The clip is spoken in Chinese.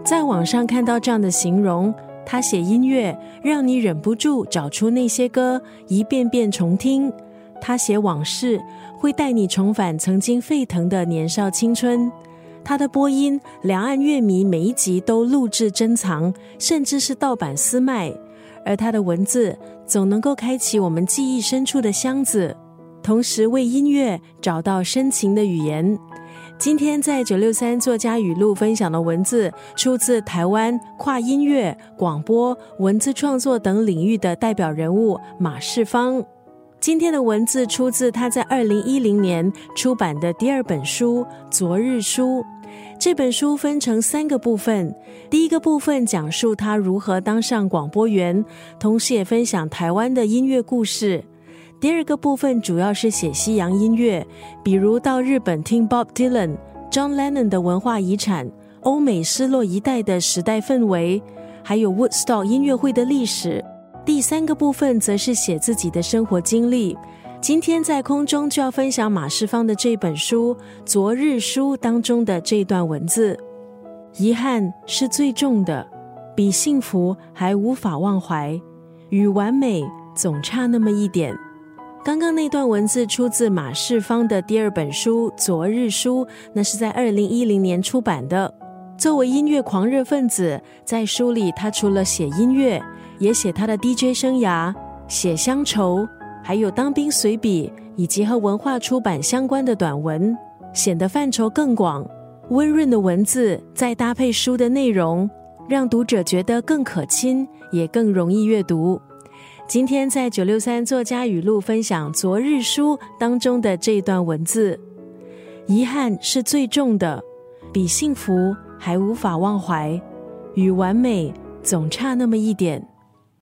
在网上看到这样的形容，他写音乐让你忍不住找出那些歌一遍遍重听，他写往事会带你重返曾经沸腾的年少青春，他的播音两岸乐迷每一集都录制珍藏，甚至是盗版私卖，而他的文字总能够开启我们记忆深处的箱子，同时为音乐找到深情的语言。今天在963作家语录分享的文字出自台湾跨音乐、广播、文字创作等领域的代表人物马世芳。今天的文字出自他在2010年出版的第2本书《昨日书》。这本书分成3个部分，第一个部分讲述他如何当上广播员，同时也分享台湾的音乐故事。第2个部分主要是写西洋音乐，比如到日本听 Bob Dylan、John Lennon 的文化遗产，欧美失落一代的时代氛围，还有 Woodstock 音乐会的历史。第3个部分则是写自己的生活经历。今天在空中就要分享马世芳的这本书《昨日书》当中的这段文字：遗憾是最重的，比幸福还无法忘怀，与完美总差那么一点。刚刚那段文字出自马世芳的第2本书《昨日书》，那是在2010年出版的。作为音乐狂热分子，在书里他除了写音乐，也写他的 DJ 生涯，写乡愁，还有当兵随笔，以及和文化出版相关的短文，显得范畴更广。温润的文字再搭配书的内容，让读者觉得更可亲，也更容易阅读。今天在963作家语录分享《昨日书》当中的这一段文字：遗憾是最重的，比幸福还无法忘怀，与完美总差那么一点。